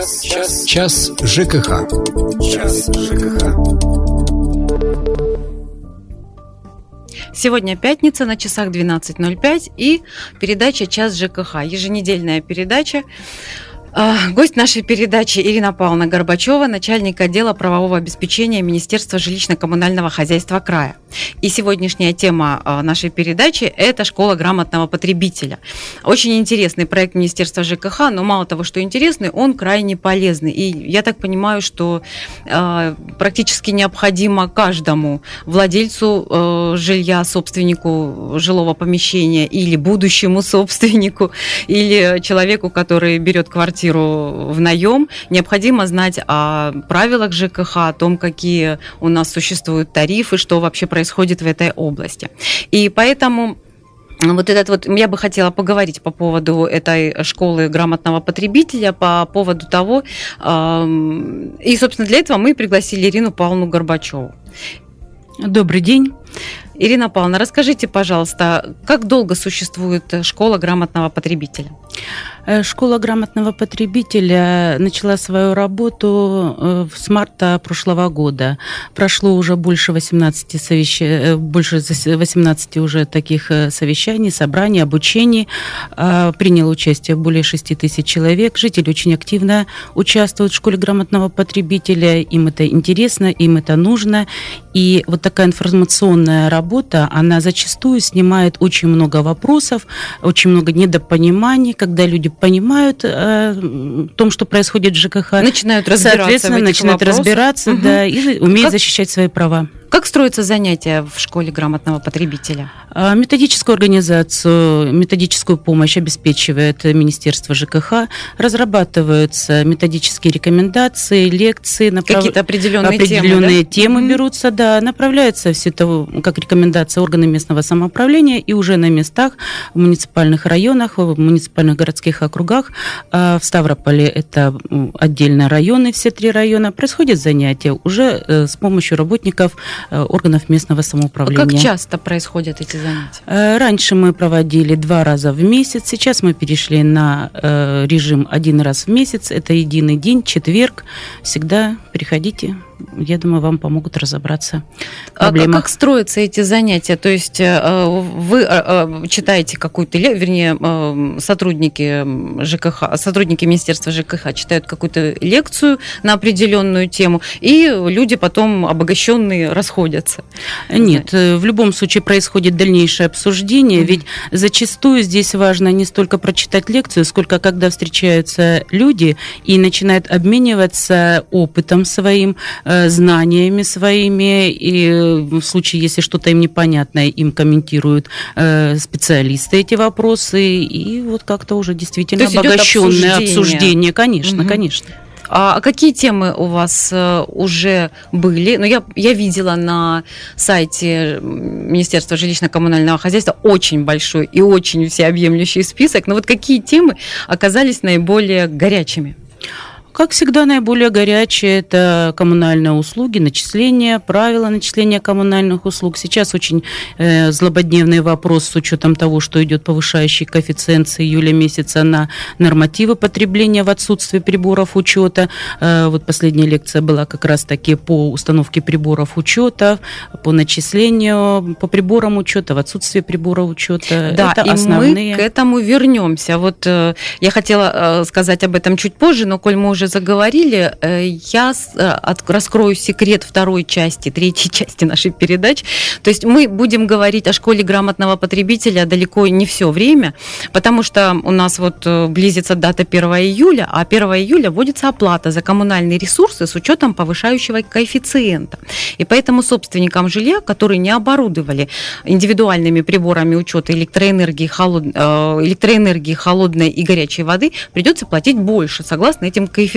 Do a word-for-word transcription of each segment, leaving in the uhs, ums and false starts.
Час, час, час ЖКХ. Час ЖКХ. Сегодня пятница, на часах двенадцать ноль пять, и передача «Час ЖКХ», еженедельная передача. Гость нашей передачи Ирина Павловна Горбачева, начальник отдела правового обеспечения Министерства жилищно-коммунального хозяйства края. И сегодняшняя тема нашей передачи – это школа грамотного потребителя. Очень интересный проект Министерства ЖКХ, но мало того, что интересный, он крайне полезный. И я так понимаю, что э, практически необходимо каждому владельцу э, жилья, собственнику жилого помещения или будущему собственнику, или человеку, который берет квартиру в наем, необходимо знать о правилах ЖКХ, о том, какие у нас существуют тарифы, что вообще происходит в этой области. И поэтому вот этот вот, я бы хотела поговорить по поводу этой школы грамотного потребителя, по поводу того, э, и, собственно, для этого мы пригласили Ирину Павловну Горбачеву. Добрый день. Ирина Павловна, расскажите, пожалуйста, как долго существует школа грамотного потребителя? Школа грамотного потребителя начала свою работу с марта прошлого года. Прошло уже больше восемнадцати совещаний, больше восемнадцати уже таких совещаний, собраний, обучений. Приняло участие более шести тысяч человек. Жители очень активно участвуют в школе грамотного потребителя. Им это интересно, им это нужно. И вот такая информационная работа, она зачастую снимает очень много вопросов, очень много недопониманий, когда люди понимают э, о том, что происходит в ЖКХ. Начинают разбираться Соответственно, в этих начинают вопросах. разбираться, угу. да, и умеют как, защищать свои права. Как строятся занятия в школе грамотного потребителя? Методическую организацию, методическую помощь обеспечивает Министерство ЖКХ. Разрабатываются методические рекомендации, лекции. Направ... Какие-то определенные, определенные темы, да? темы mm-hmm. берутся, да, направляются все это как рекомендации органы местного самоуправления, и уже на местах, в муниципальных районах, в муниципальных городских округах. В Ставрополе это отдельные районы, все три района. Происходят занятия уже с помощью работников органов местного самоуправления. Как часто происходят эти занятия? Раньше мы проводили два раза в месяц, сейчас мы перешли на режим один раз в месяц. Это единый день, четверг. Всегда приходите. Я думаю, вам помогут разобраться в проблемах. А как строятся эти занятия? То есть вы читаете какую-то, вернее, сотрудники ЖКХ, сотрудники Министерства ЖКХ читают какую-то лекцию на определенную тему, и люди потом обогащенные расходятся? Нет, в любом случае происходит дальнейшее обсуждение, mm-hmm. ведь зачастую здесь важно не столько прочитать лекцию, сколько когда встречаются люди и начинают обмениваться опытом своим, знаниями своими, и в случае, если что-то им непонятное, им комментируют специалисты эти вопросы, и вот как-то уже действительно обогащенное обсуждение. обсуждение. Конечно, угу. конечно. А какие темы у вас уже были? Ну, я, я видела на сайте Министерства жилищно-коммунального хозяйства очень большой и очень всеобъемлющий список, но вот какие темы оказались наиболее горячими? Как всегда, наиболее горячие – это коммунальные услуги, начисления, правила начисления коммунальных услуг. Сейчас очень э, злободневный вопрос с учетом того, что идет повышающий коэффициент с июля месяца на нормативы потребления в отсутствии приборов учета. Э, вот последняя лекция была как раз-таки по установке приборов учета, по начислению, по приборам учета, в отсутствии прибора учета. Да, это и основные... мы к этому вернемся. Вот э, я хотела э, сказать об этом чуть позже, но коль мы уже заговорили, я раскрою секрет второй части, третьей части нашей передачи. То есть мы будем говорить о школе грамотного потребителя далеко не все время, потому что у нас вот близится дата первого июля, а первого июля вводится оплата за коммунальные ресурсы с учетом повышающего коэффициента. И поэтому собственникам жилья, которые не оборудовали индивидуальными приборами учета электроэнергии, холод... электроэнергии холодной и горячей воды, придется платить больше, согласно этим коэффициентам.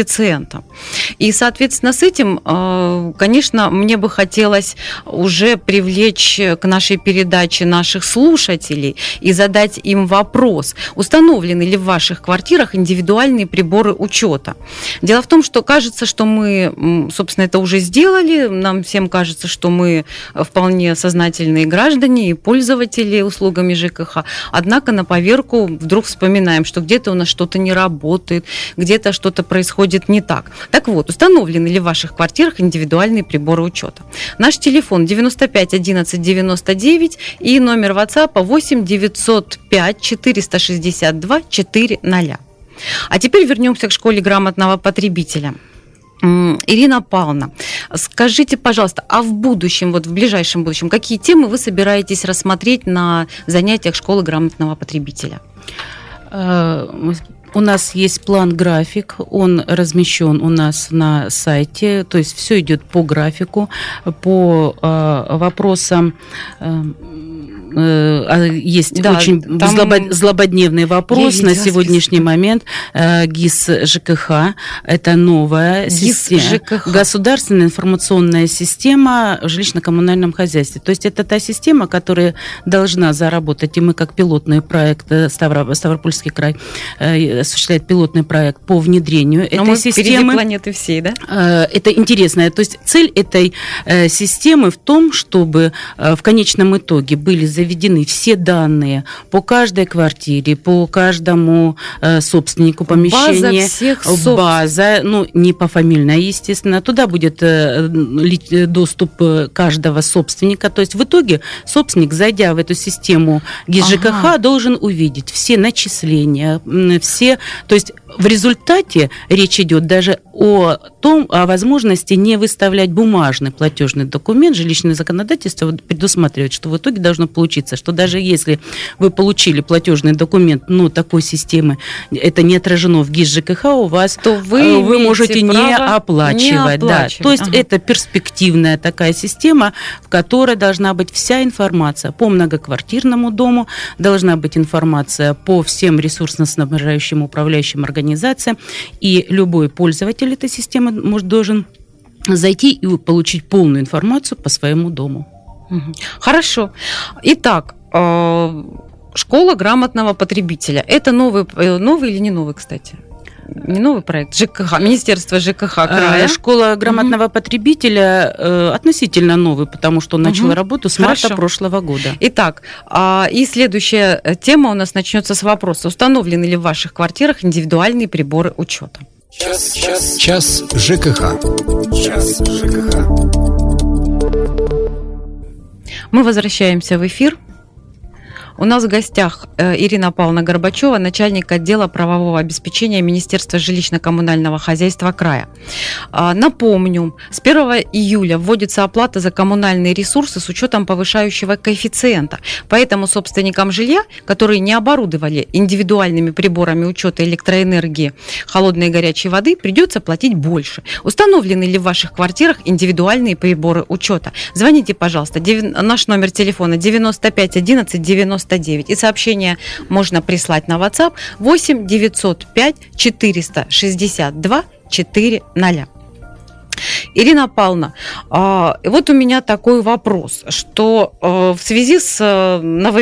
И, соответственно, с этим, конечно, мне бы хотелось уже привлечь к нашей передаче наших слушателей и задать им вопрос: установлены ли в ваших квартирах индивидуальные приборы учета? Дело в том, что кажется, что мы, собственно, это уже сделали, нам всем кажется, что мы вполне сознательные граждане и пользователи услугами ЖКХ, однако на поверку вдруг вспоминаем, что где-то у нас что-то не работает, где-то что-то происходит происходит не так. Так вот, установлены ли в ваших квартирах индивидуальные приборы учета? Наш телефон девяносто пять одиннадцать девяносто девять и номер WhatsApp восемь девятьсот пять четыреста шестьдесят два четыреста. А теперь вернемся к школе грамотного потребителя. Ирина Павловна, скажите, пожалуйста, а в будущем, вот в ближайшем будущем, какие темы вы собираетесь рассмотреть на занятиях школы грамотного потребителя? У нас есть план-график, он размещен у нас на сайте, то есть все идет по графику, по э, вопросам. Э, Есть да, очень там... злободневный вопрос на сегодняшний момент. ГИС ЖКХ – это новая система, ЖКХ. Государственная информационная система в жилищно-коммунальном хозяйстве. То есть это та система, которая должна заработать, и мы как пилотный проект, Ставропольский край осуществляет пилотный проект по внедрению Но этой мы системы. Планеты всей, да? Это интересно. То есть цель этой системы в том, чтобы в конечном итоге были заведены все данные по каждой квартире, по каждому э, собственнику помещения. База всех собственников. База, ну, не пофамильная, естественно. Туда будет э, доступ каждого собственника. То есть в итоге собственник, зайдя в эту систему ГИС ЖКХ, ага. должен увидеть все начисления, все... То есть в результате речь идет даже о том, о возможности не выставлять бумажный платежный документ. Жилищное законодательство предусматривает, что в итоге должно получиться, что даже если вы получили платежный документ, но такой системы это не отражено в ГИС ЖКХ, у вас то вы, вы можете не оплачивать. Не оплачивать. Да. То есть ага. это перспективная такая система, в которой должна быть вся информация по многоквартирному дому, должна быть информация по всем ресурсно-снабжающим управляющим организациям, и любой пользователь этой системы может, должен зайти и получить полную информацию по своему дому. Хорошо. Итак, школа грамотного потребителя. Это новый, новый или не новый, кстати? Не новый проект, ЖКХ, Министерство ЖКХ края. Школа грамотного угу. потребителя э, относительно новый, потому что он угу. начал работу с марта Хорошо. прошлого года. Итак, э, и следующая тема у нас начнется с вопроса. Установлены ли в ваших квартирах индивидуальные приборы учета? Час, час, час ЖКХ. Час ЖКХ. Мы возвращаемся в эфир. У нас в гостях Ирина Павловна Горбачева, начальник отдела правового обеспечения Министерства жилищно-коммунального хозяйства края. Напомню, с первого июля вводится оплата за коммунальные ресурсы с учетом повышающего коэффициента. Поэтому собственникам жилья, которые не оборудовали индивидуальными приборами учета электроэнергии, холодной и горячей воды, придется платить больше. Установлены ли в ваших квартирах индивидуальные приборы учета? Звоните, пожалуйста. Наш номер телефона девяносто пять одиннадцать девяносто девять. И сообщение можно прислать на WhatsApp восемь девятьсот пять четыреста шестьдесят два четыреста. Ирина Павловна, вот у меня такой вопрос, что в связи с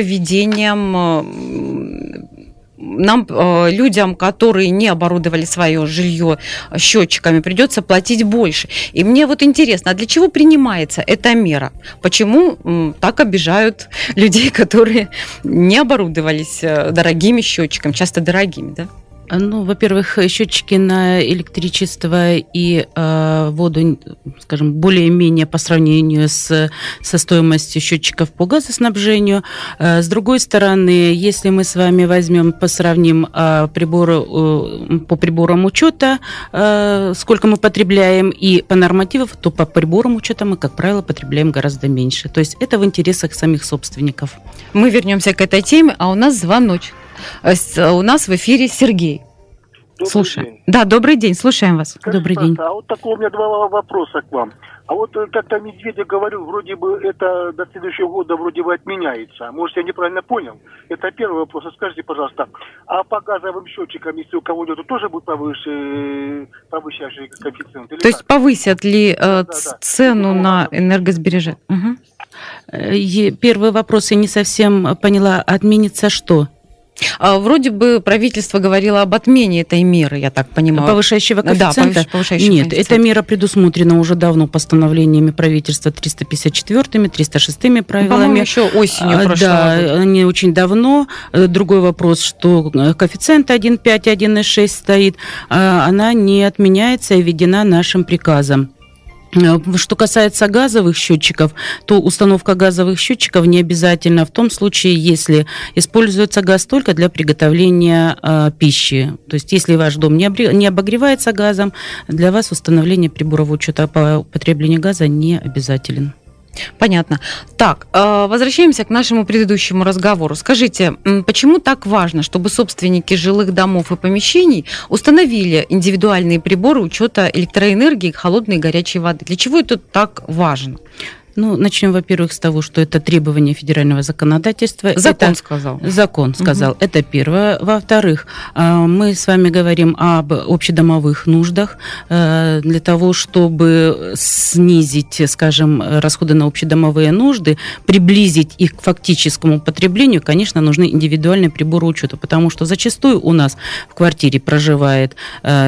нововведением нам, людям, которые не оборудовали свое жилье счетчиками, придется платить больше. И мне вот интересно, а для чего принимается эта мера? Почему так обижают людей, которые не оборудовались дорогими счетчиками, часто дорогими, да? Ну, во-первых, счетчики на электричество и э, воду, скажем, более-менее по сравнению с, со стоимостью счетчиков по газоснабжению. Э, с другой стороны, если мы с вами возьмем, посравним э, приборы, э, по приборам учета, э, сколько мы потребляем, и по нормативам, то по приборам учета мы, как правило, потребляем гораздо меньше. То есть это в интересах самих собственников. Мы вернемся к этой теме, а у нас звоночек. У нас в эфире Сергей. Добрый Слушаем. день. Да, добрый день, слушаем вас. Скажите, добрый день. А вот такого у меня два вопроса к вам. А вот как-то Медведев говорил, вроде бы это до следующего года вроде бы отменяется. Может, я неправильно понял? Это первый вопрос. Скажите, пожалуйста, а по газовым счетчикам, если у кого-то тоже будет повыше, повышающий коэффициент? То есть повысят ли э, да, да, да. цену да. на энергосбережение? Угу. Первый вопрос я не совсем поняла. Отменится что? А, вроде бы правительство говорило об отмене этой меры, я так понимаю. Повышающего коэффициента? Да, повышающего Нет, коэффициента. эта мера предусмотрена уже давно постановлениями правительства триста пятьдесят четвёртыми, триста шестыми правилами. По-моему, еще осенью прошлого Да, года. они очень давно. Другой вопрос, что коэффициент один и пять, один и шесть стоит, она не отменяется и введена нашим приказом. Что касается газовых счетчиков, то установка газовых счетчиков не обязательно в том случае, если используется газ только для приготовления э, пищи. То есть, если ваш дом не, обре- не обогревается газом, для вас установление приборов учета по потреблению газа не обязателен. Понятно. Так, возвращаемся к нашему предыдущему разговору. Скажите, почему так важно, чтобы собственники жилых домов и помещений установили индивидуальные приборы учета электроэнергии, холодной и горячей воды? Для чего это так важно? Ну, начнем, во-первых, с того, что это требование федерального законодательства. Закон это... сказал. Закон сказал. Угу. Это первое. Во-вторых, мы с вами говорим об общедомовых нуждах. Для того, чтобы снизить, скажем, расходы на общедомовые нужды, приблизить их к фактическому потреблению, конечно, нужны индивидуальные приборы учета, потому что зачастую у нас в квартире проживает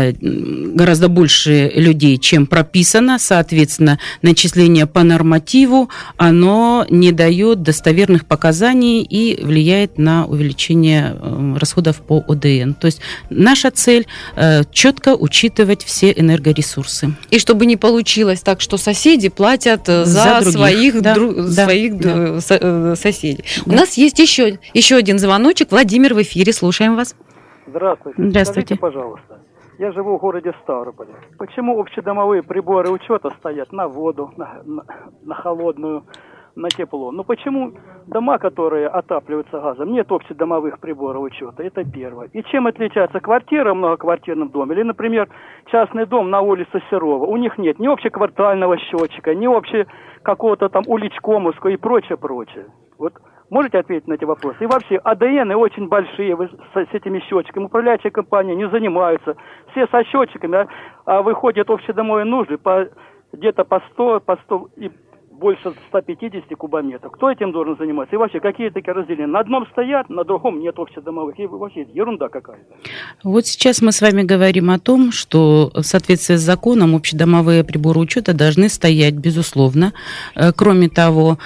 гораздо больше людей, чем прописано. Соответственно, начисление по нормативу оно не дает достоверных показаний и влияет на увеличение расходов по О Дэ Эн. То есть наша цель – четко учитывать все энергоресурсы. И чтобы не получилось так, что соседи платят за, за своих, да, дру... да, своих да. Со... соседей. Да. У нас есть еще, еще один звоночек. Владимир в эфире, слушаем вас. Здравствуйте. Здравствуйте. Скажите, пожалуйста, я живу в городе Ставрополе. Почему общедомовые приборы учета стоят на воду, на, на, на холодную, на тепло? Ну почему дома, которые отапливаются газом, нет общедомовых приборов учета? Это первое. И чем отличается квартира в многоквартирном доме? Или, например, частный дом на улице Серова. У них нет ни общеквартального счетчика, ни обще какого-то там уличкомовского и прочее, прочее. Вот можете ответить на эти вопросы? И вообще, А Дэ Эны очень большие, вы с, с этими счетчиками. Управляющие компании не занимаются. Все со счетчиками, а, а выходят общедомовые нужды по, где-то по сто, по сто и больше ста пятидесяти кубометров. Кто этим должен заниматься? И вообще, какие такие разделения? На одном стоят, на другом нет общедомовых. И вообще, ерунда какая-то. Вот сейчас мы с вами говорим о том, что в соответствии с законом общедомовые приборы учета должны стоять, безусловно. Кроме того,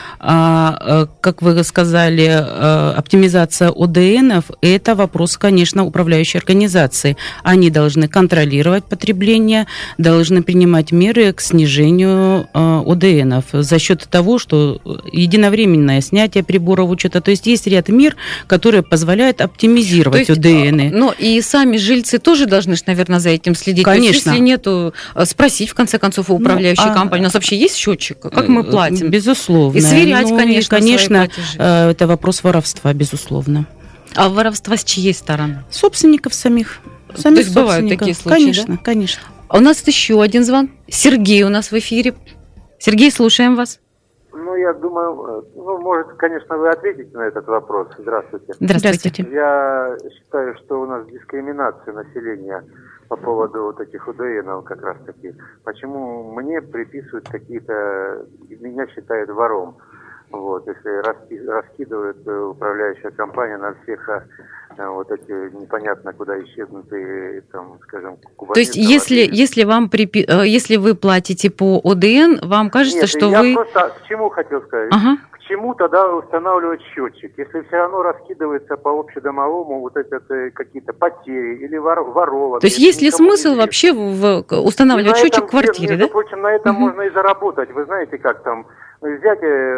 как вы сказали, оптимизация О Дэ Энов – это вопрос, конечно, управляющей организации. Они должны контролировать потребление, должны принимать меры к снижению О Дэ Энов за счет того, что единовременное снятие приборов учета. То есть есть ряд мер, которые позволяют оптимизировать О Дэ Эны. Ну и сами жильцы тоже должны, наверное, за этим следить. Конечно. То есть, если нету, спросить, в конце концов, у управляющей ну, а... компании. У нас вообще есть счетчик? Как мы платим? Безусловно. И сверять, ну, конечно, и, конечно, это вопрос воровства, безусловно. А воровства с чьей стороны? Собственников самих. самих То есть бывают такие случаи, Конечно, да? конечно. У нас еще один звон. Сергей у нас в эфире. Сергей, слушаем вас. Ну, я думаю, ну, может, конечно, вы ответите на этот вопрос. Здравствуйте. Здравствуйте. Я считаю, что у нас дискриминация населения по поводу вот этих О Дэ Энов как раз таки. Почему мне приписывают какие-то, меня считают вором. Вот, если раскидывают управляющая компания на всех вот эти непонятно куда исчезнутые, там, скажем, кубометры. То есть, если, если, вам припи... если вы платите по О Дэ Эн, вам кажется, Нет, что я вы... я просто к чему хотел сказать? Ага. К чему тогда устанавливать счетчик? Если все равно раскидывается по общедомовому вот это какие-то потери или вор... ворованные. То есть, есть ли смысл вообще в... устанавливать счетчик в квартире, между да? прочим, на этом угу. можно и заработать. Вы знаете, как там взять,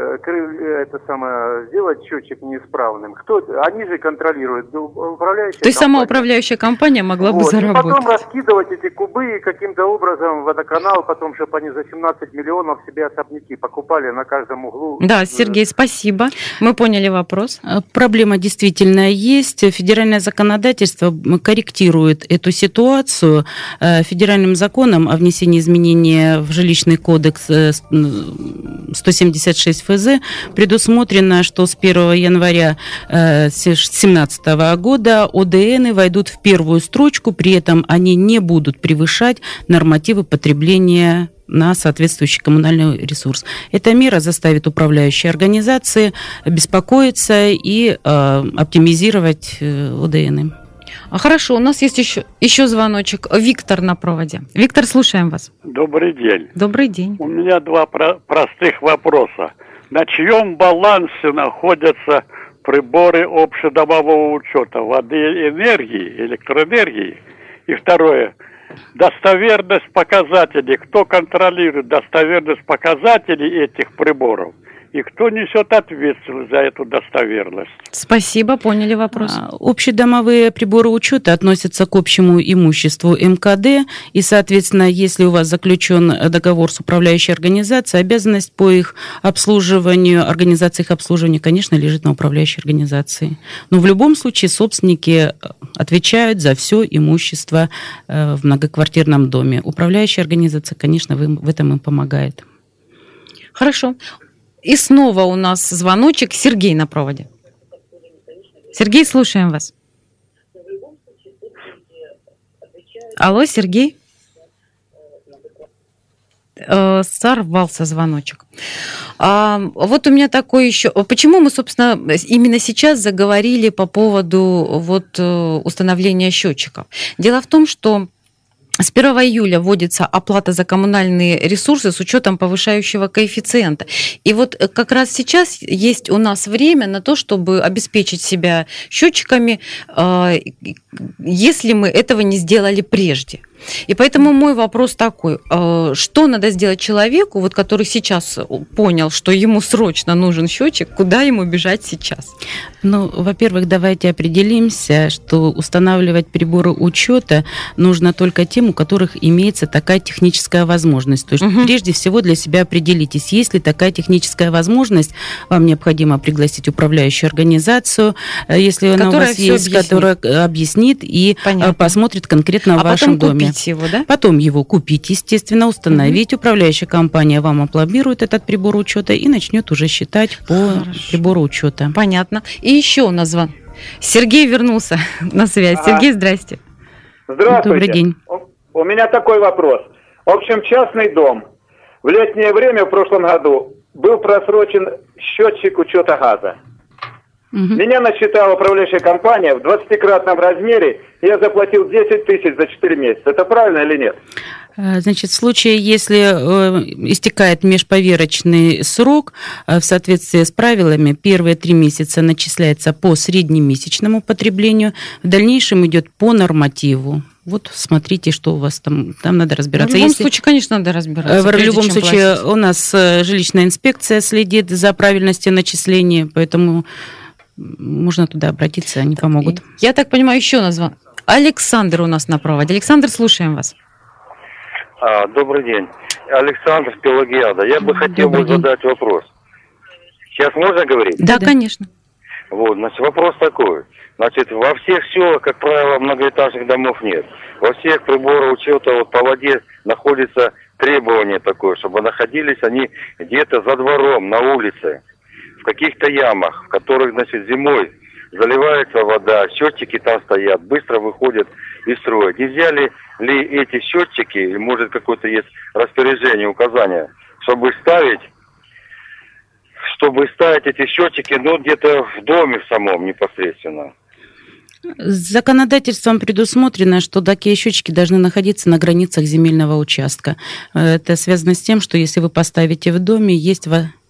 это самое, сделать счетчик неисправным. Кто? Они же контролируют, управляющая То есть компания. сама управляющая компания могла вот. бы заработать. И потом раскидывать эти кубы каким-то образом водоканал, потом, чтобы они за семнадцать миллионов себе особняки покупали на каждом углу. Да, Сергей, спасибо. Мы поняли вопрос. Проблема действительно есть. Федеральное законодательство корректирует эту ситуацию. Федеральным законом о внесении изменений в жилищный кодекс сто семьдесят шесть Эф Зэ предусмотрено, что с первого января две тысячи семнадцатого года О Дэ Эны войдут в первую строчку, при этом они не будут превышать нормативы потребления на соответствующий коммунальный ресурс. Эта мера заставит управляющие организации беспокоиться и э, оптимизировать э, ОДНы. Хорошо, у нас есть еще, еще звоночек. Виктор на проводе. Виктор, слушаем вас. Добрый день. Добрый день. У меня два про- простых вопроса. На чьем балансе находятся приборы общедомового учета воды, энергии, электроэнергии? И второе, достоверность показателей. Кто контролирует достоверность показателей этих приборов? И кто несет ответственность за эту достоверность? Спасибо, поняли вопрос. Общедомовые приборы учета относятся к общему имуществу эм ка дэ, и, соответственно, если у вас заключен договор с управляющей организацией, обязанность по их обслуживанию, организации их обслуживания, конечно, лежит на управляющей организации. Но в любом случае собственники отвечают за все имущество в многоквартирном доме. Управляющая организация, конечно, в этом им помогает. Хорошо. И снова у нас звоночек. Сергей на проводе. Сергей, слушаем вас. Алло, Сергей? Э, сорвался звоночек. А, вот у меня такой еще... Почему мы, собственно, именно сейчас заговорили по поводу вот, установления счетчиков? Дело в том, что с первого июля вводится оплата за коммунальные ресурсы с учетом повышающего коэффициента. И вот как раз сейчас есть у нас время на то, чтобы обеспечить себя счетчиками, если мы этого не сделали прежде. И поэтому мой вопрос такой, что надо сделать человеку, вот, который сейчас понял, что ему срочно нужен счетчик, куда ему бежать сейчас? Ну, во-первых, давайте определимся, что устанавливать приборы учета нужно только тем, у которых имеется такая техническая возможность. То есть, угу. прежде всего для себя определитесь, есть ли такая техническая возможность, вам необходимо пригласить управляющую организацию, если она которая у вас есть, объяснит. которая объяснит и Понятно. посмотрит конкретно а в вашем доме. Его, да? Потом его купить, естественно, установить. Угу. Управляющая компания вам опломбирует этот прибор учета и начнет уже считать по Хорошо. прибору учета. Понятно. И еще у нас звон. Сергей вернулся на связь. А-а. Сергей, здрасте. Здравствуйте. Добрый день. У меня такой вопрос. В общем, частный дом. В летнее время в прошлом году был просрочен счетчик учета газа. Угу. Меня насчитала управляющая компания в двадцатикратном размере, я заплатил десять тысяч за четыре месяца. Это правильно или нет? Значит, в случае, если истекает межповерочный срок, в соответствии с правилами, первые три месяца начисляется по среднемесячному потреблению, в дальнейшем идет по нормативу. Вот смотрите, что у вас там, там надо разбираться. В любом Если... случае, конечно, надо разбираться. В любом случае, платить. У нас жилищная инспекция следит за правильностью начисления, поэтому можно туда обратиться, они помогут. Я так понимаю, еще назван. Александр у нас на проводе. Александр, слушаем вас. А, добрый день. Александр Пелагиада. Я бы хотел бы задать вопрос. Сейчас можно говорить? Да, да, конечно. Вот, значит, вопрос такой. Значит, во всех селах, как правило, многоэтажных домов нет. Во всех приборах учета вот, по воде находится требование такое, чтобы находились они где-то за двором, на улице, в каких-то ямах, в которых, значит, зимой заливается вода, счетчики там стоят, быстро выходят из строя. Нельзя ли, ли эти счетчики, или может какое-то есть распоряжение, указание, чтобы ставить, чтобы ставить эти счетчики, ну, где-то в доме в самом непосредственно? Законодательством предусмотрено, что такие счетчики должны находиться на границах земельного участка. Это связано с тем, что если вы поставите в доме, есть...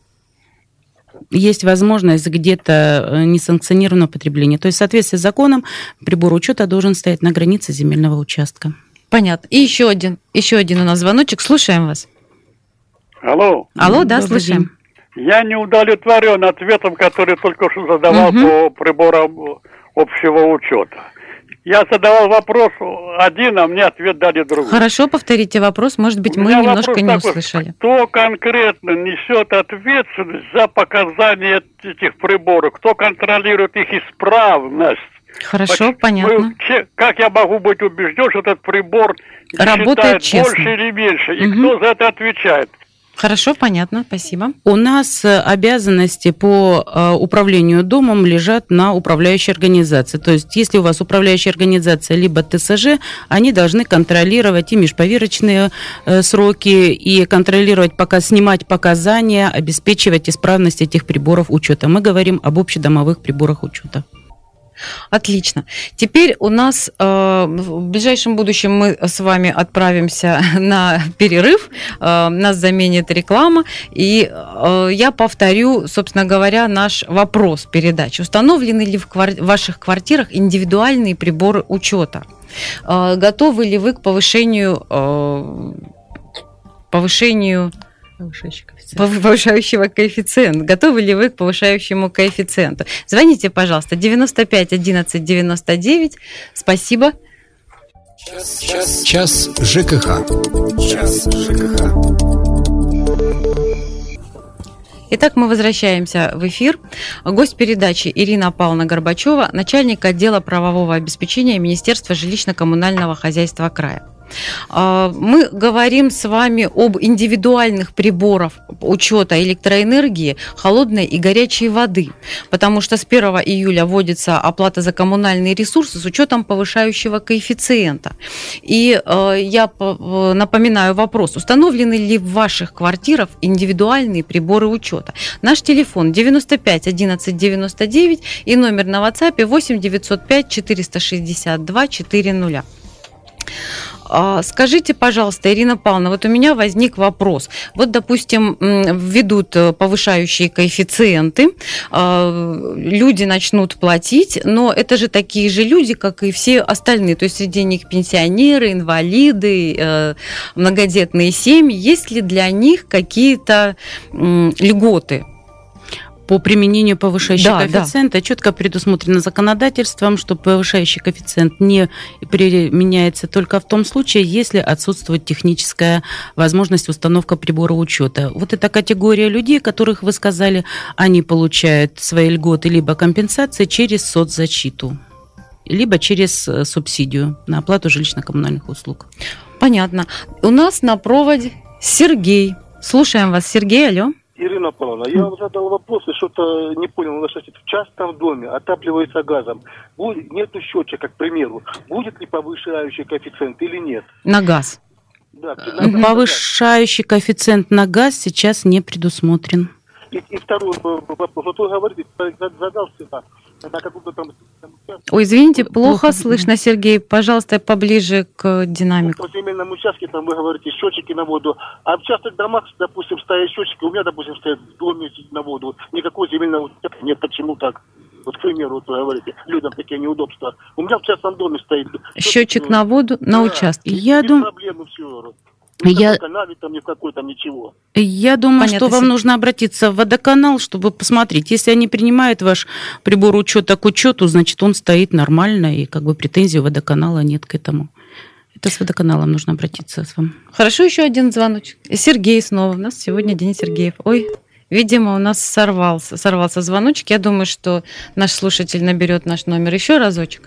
есть возможность где-то несанкционированного потребления. То есть в соответствии с законом прибор учета должен стоять на границе земельного участка. Понятно. И еще один, еще один у нас звоночек. Слушаем вас. Алло. Алло, да, Добрый слушаем. День. Я не удовлетворен ответом, который только что задавал угу. по приборам общего учета. Я задавал вопрос один, а мне ответ дали другой. Хорошо, повторите вопрос. Может быть, мы немножко не такой, услышали. Кто конкретно несет ответственность за показания этих приборов? Кто контролирует их исправность? Хорошо, Почему, понятно. Как я могу быть убежден, что этот прибор работает считает честно. больше или меньше? И угу. кто за это отвечает? Хорошо, понятно, спасибо. У нас обязанности по управлению домом лежат на управляющей организации. То есть, если у вас управляющая организация либо ТСЖ, они должны контролировать и межповерочные сроки, и контролировать, пока снимать показания, обеспечивать исправность этих приборов учета. Мы говорим об общедомовых приборах учета. Отлично. Теперь у нас э, в ближайшем будущем мы с вами отправимся на перерыв, э, нас заменит реклама, и э, я повторю, собственно говоря, наш вопрос передачи. Установлены ли в, квар- в ваших квартирах индивидуальные приборы учета? Э, готовы ли вы к повышению, э, повышению повышающего коэффициента? Готовы ли вы к повышающему коэффициенту? Звоните, пожалуйста, девяносто пять одиннадцать девяносто девять. Спасибо. Час, час, час ЖКХ. Час ЖКХ. Итак, мы возвращаемся в эфир. Гость передачи Ирина Павловна Горбачева, начальник отдела правового обеспечения Министерства жилищно-коммунального хозяйства края. Мы говорим с вами об индивидуальных приборах учета электроэнергии, холодной и горячей воды, потому что с первого июля вводится оплата за коммунальные ресурсы с учетом повышающего коэффициента. И я напоминаю вопрос, установлены ли в ваших квартирах индивидуальные приборы учета? Наш телефон девяносто пять одиннадцать девяносто девять и номер на WhatsApp восемь девятьсот пять четыреста шестьдесят два четыреста. Скажите, пожалуйста, Ирина Павловна, вот у меня возник вопрос. Вот, допустим, введут повышающие коэффициенты, люди начнут платить, но это же такие же люди, как и все остальные, то есть среди них пенсионеры, инвалиды, многодетные семьи. Есть ли для них какие-то льготы? По применению повышающего да, коэффициента да. четко предусмотрено законодательством, что повышающий коэффициент не применяется только в том случае, если отсутствует техническая возможность установки прибора учета. Вот эта категория людей, которых вы сказали, они получают свои льготы либо компенсации через соцзащиту, либо через субсидию на оплату жилищно-коммунальных услуг. Понятно. У нас на проводе Сергей. Слушаем вас, Сергей, алло. Ирина Павловна, я вам задал вопрос, и что-то не понял. В частном доме отапливается газом. Будет, нету счетчика, к примеру. Будет ли повышающий коэффициент или нет? На газ. Да, повышающий коэффициент на газ сейчас не предусмотрен. И, и второй вопрос. Вот вы говорите, задал сюда. Ой, извините, плохо, плохо слышно, Сергей. Пожалуйста, поближе к динамику. В земельном участке, там вы говорите, счетчики на воду. А в частных домах, допустим, стоят счетчики. У меня, допустим, стоят в доме на воду. Никакого земельного участка нет. Почему так? Вот, к примеру, вот вы говорите, людям такие неудобства. У меня в частном доме стоит счетчик на воду на да, участке. Я думаю... проблемы все. Я... Канале, там, ни в какой, там, ничего. Я думаю, Понятно, что вам Сергей. нужно обратиться в водоканал, чтобы посмотреть. Если они принимают ваш прибор учета к учету, значит, он стоит нормально, и как бы претензий у водоканала нет к этому. Это с водоканалом нужно обратиться с вами. Хорошо, еще один звоночек. Сергей снова. У нас сегодня День Сергеев. Ой, видимо, у нас сорвался, сорвался звоночек. Я думаю, что наш слушатель наберет наш номер еще разочек.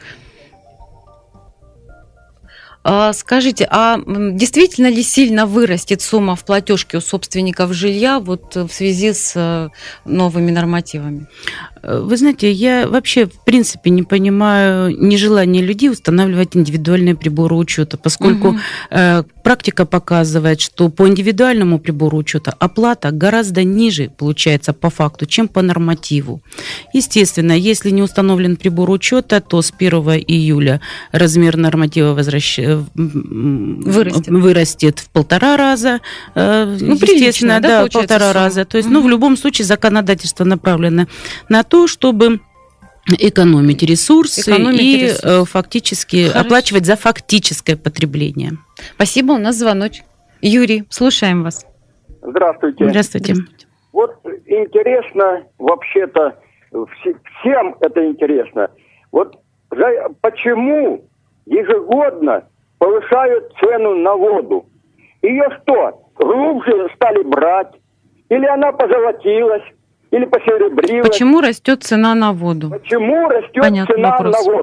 Скажите, а действительно ли сильно вырастет сумма в платежке у собственников жилья вот в связи с новыми нормативами? Вы знаете, я вообще в принципе не понимаю нежелания людей устанавливать индивидуальные приборы учета, поскольку угу. э, практика показывает, что по индивидуальному прибору учета оплата гораздо ниже получается по факту, чем по нормативу. Естественно, если не установлен прибор учета, то с первого июля размер норматива возвращ... вырастет. вырастет в полтора раза. Э, ну, естественно, да, да полтора сумма? раза. То есть, угу. ну, в любом случае законодательство направлено на то, чтобы экономить ресурсы экономить и ресурс. фактически Хорошо. оплачивать за фактическое потребление. Спасибо, у нас звоночек. Юрий, слушаем вас. Здравствуйте. Здравствуйте. Здравствуйте. Вот интересно, вообще-то, всем это интересно. Вот почему ежегодно повышают цену на воду? Ее что, глубже стали брать? Или она позолотилась? Или посеребрилась? Почему растет цена на воду? Почему растет Понятный цена вопрос. на воду?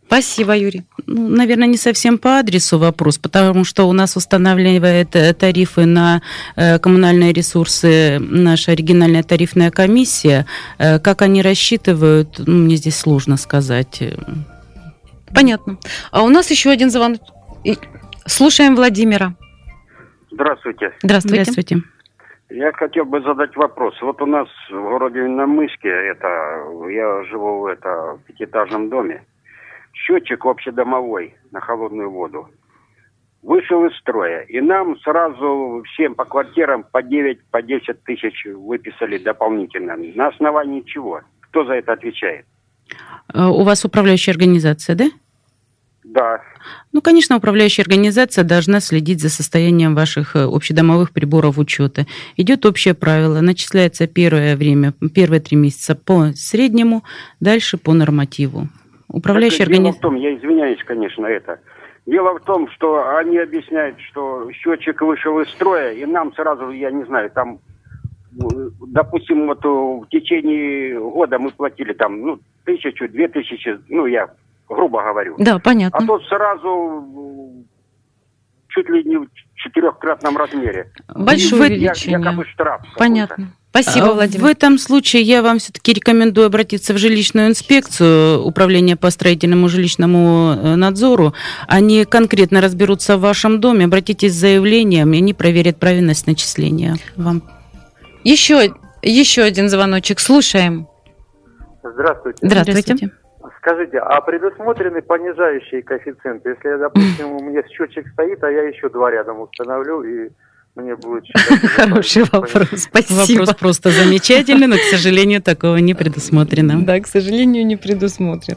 Спасибо, Юрий. Ну, наверное, не совсем по адресу вопрос, потому что у нас устанавливает тарифы на коммунальные ресурсы наша региональная тарифная комиссия. Как они рассчитывают, ну, мне здесь сложно сказать. Понятно. А у нас еще один звонок. Слушаем Владимира. Здравствуйте. Здравствуйте. Здравствуйте. Я хотел бы задать вопрос. Вот у нас в городе Намыске, это, я живу в это, в пятиэтажном доме, счетчик общедомовой на холодную воду вышел из строя. И нам сразу всем по квартирам по девять, по десять тысяч выписали дополнительно. На основании чего? Кто за это отвечает? У вас управляющая организация, да? Да. Ну, конечно, управляющая организация должна следить за состоянием ваших общедомовых приборов учета. Идет общее правило, начисляется первое время, первые три месяца по среднему, дальше по нормативу. Управляющая организация... Дело в том, я извиняюсь, конечно, это. Дело в том, что они объясняют, что счетчик вышел из строя, и нам сразу, я не знаю, там, допустим, вот в течение года мы платили там, ну, тысячу, две тысячи, ну, я грубо говорю. Да, понятно. А тут сразу чуть ли не в четырехкратном размере. Большое увеличение. Якобы штраф. Понятно. Спасибо, Владимир. В этом случае я вам все-таки рекомендую обратиться в жилищную инспекцию, управление по строительному жилищному надзору. Они конкретно разберутся в вашем доме, обратитесь с заявлением, и они проверят правильность начисления вам. Еще, еще один звоночек. Слушаем. Здравствуйте. Здравствуйте. Здравствуйте. Скажите, а предусмотрены понижающие коэффициенты? Если, допустим, у меня счетчик стоит, а я еще два рядом установлю, и мне будет... Хороший вопрос, спасибо. Вопрос просто замечательный, но, к сожалению, такого не предусмотрено. Да, к сожалению, не предусмотрено.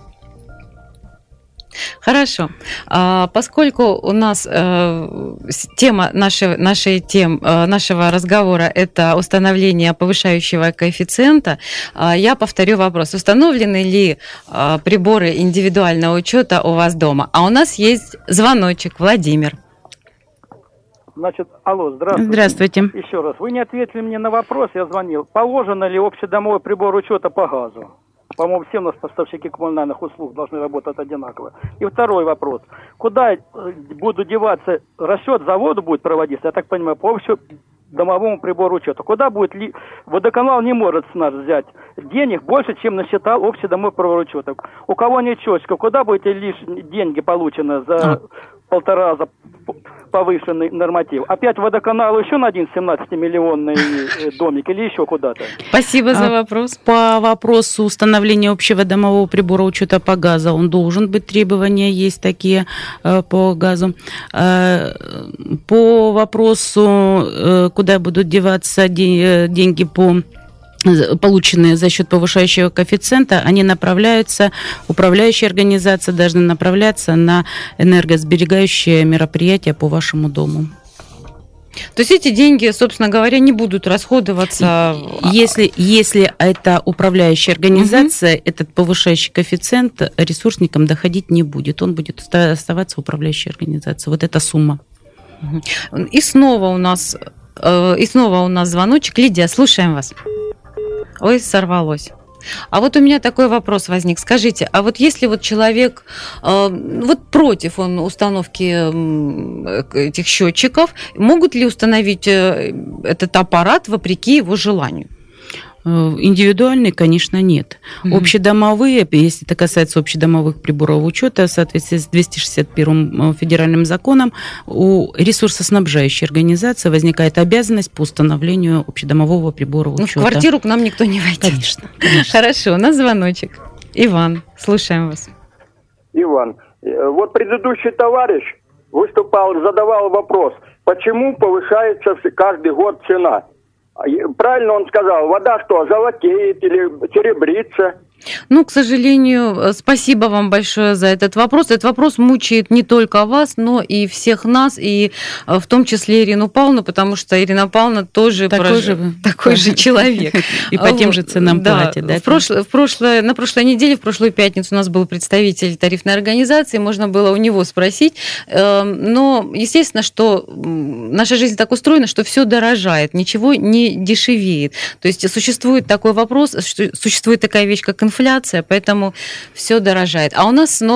Хорошо. А, поскольку у нас э, тема нашей, нашей тем, э, нашего разговора – это установление повышающего коэффициента, э, я повторю вопрос. Установлены ли э, приборы индивидуального учета у вас дома? А у нас есть звоночек. Владимир. Значит, алло, здравствуйте. Здравствуйте. Еще раз. Вы не ответили мне на вопрос, я звонил. Положено ли общедомовой прибор учета по газу? По-моему, все у нас поставщики коммунальных услуг должны работать одинаково. И второй вопрос. Куда будут деваться, расчет за воду будет проводиться, я так понимаю, по общедомовому прибору учета? Куда будет ли... Водоканал не может с нас взять денег больше, чем насчитал общедомовой прибор учета. У кого нет счетчиков, куда будете лишь деньги получены за а. полтора раза повышенный норматив? Опять водоканалу еще на один семнадцатимиллионный домик или еще куда-то? Спасибо за вопрос. По вопросу установления общего домового прибора учета по газу, он должен быть, требования есть такие по газу. По вопросу, куда будут деваться деньги по полученные за счет повышающего коэффициента, они направляются, управляющие организации должны направляться на энергосберегающие мероприятия по вашему дому. То есть эти деньги, собственно говоря, не будут расходоваться... Если, если это управляющая организация, угу. этот повышающий коэффициент ресурсникам доходить не будет. Он будет оставаться в управляющей организации. Вот эта сумма. И снова у нас, и снова у нас звоночек. Лидия, слушаем вас. Ой, сорвалось. А вот у меня такой вопрос возник. Скажите, а вот если вот человек э, вот против он установки э, этих счетчиков, могут ли установить э, этот аппарат вопреки его желанию? Индивидуальные, конечно, нет. Mm-hmm. Общедомовые, если это касается общедомовых приборов учета, в соответствии с двести шестьдесят первым федеральным законом, у ресурсоснабжающей организации возникает обязанность по установлению общедомового прибора учета. Ну, в квартиру к нам никто не войдет. Конечно, конечно. Хорошо, у нас звоночек. Иван, слушаем вас. Иван, вот предыдущий товарищ выступал, задавал вопрос, почему повышается каждый год цена? Правильно он сказал, вода что, золотеет или серебрится? Ну, к сожалению, спасибо вам большое за этот вопрос. Этот вопрос мучает не только вас, но и всех нас, и в том числе Ирину Павловну, потому что Ирина Павловна тоже такой, прож... же, такой же человек. И по тем же ценам платит. Да, в прошлое, в прошлое, на прошлой неделе, в прошлую пятницу у нас был представитель тарифной организации, можно было у него спросить. Но, естественно, что наша жизнь так устроена, что все дорожает, ничего не дешевеет. То есть существует такой вопрос, существует такая вещь, как инфляция, поэтому все дорожает. А у нас снова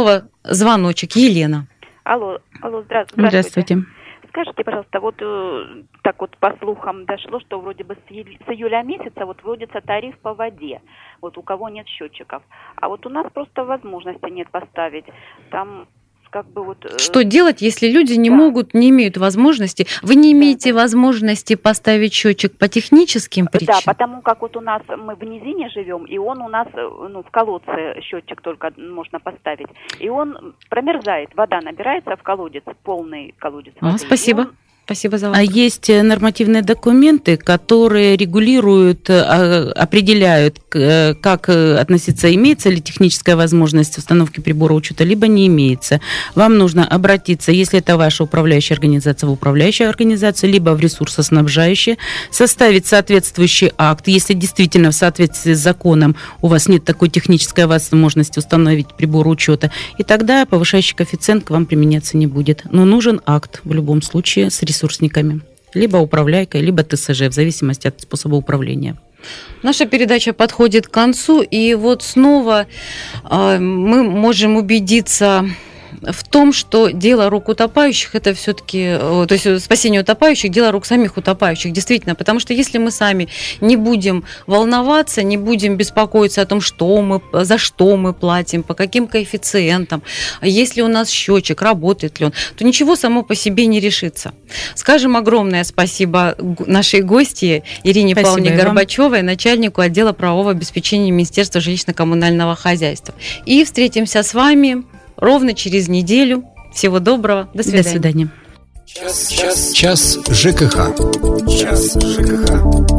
звоночек. Елена. Алло, алло, здравствуйте. Здравствуйте. Скажите, пожалуйста, вот э, так вот по слухам дошло, что вроде бы с, ил- с июля месяца вот вводится тариф по воде, вот у кого нет счетчиков. А вот у нас просто возможности нет поставить. Там как бы вот... Э... Что делать, если люди не да. могут, не имеют возможности? Вы не имеете да. возможности поставить счетчик по техническим причинам? Да, потому как вот у нас, мы в низине живем, и он у нас, ну, в колодце счетчик только можно поставить. И он промерзает, вода набирается в колодец, полный колодец воды. А, спасибо. Спасибо за вопрос. А есть нормативные документы, которые регулируют, определяют, как относиться, имеется ли техническая возможность установки прибора учета, либо не имеется. Вам нужно обратиться, если это ваша управляющая организация, в управляющую организацию, либо в ресурсоснабжающие, составить соответствующий акт. Если действительно в соответствии с законом у вас нет такой технической возможности установить прибор учета, и тогда повышающий коэффициент к вам применяться не будет. Но нужен акт в любом случае с ресурсом. ресурсниками, либо управляйкой, либо ТСЖ, в зависимости от способа управления. Наша передача подходит к концу, и вот снова э, мы можем убедиться в том, что дело рук утопающих, это все-таки, то есть спасение утопающих, дело рук самих утопающих, действительно, потому что если мы сами не будем волноваться, не будем беспокоиться о том, что мы, за что мы платим, по каким коэффициентам, если у нас счетчик, работает ли он, то ничего само по себе не решится. Скажем огромное спасибо нашей гости Ирине спасибо Павловне Горбачевой, начальнику отдела правового обеспечения Министерства жилищно-коммунального хозяйства. И встретимся с вами ровно через неделю. Всего доброго. До свидания. До свидания. Час, час, час ЖКХ. Час ЖКХ.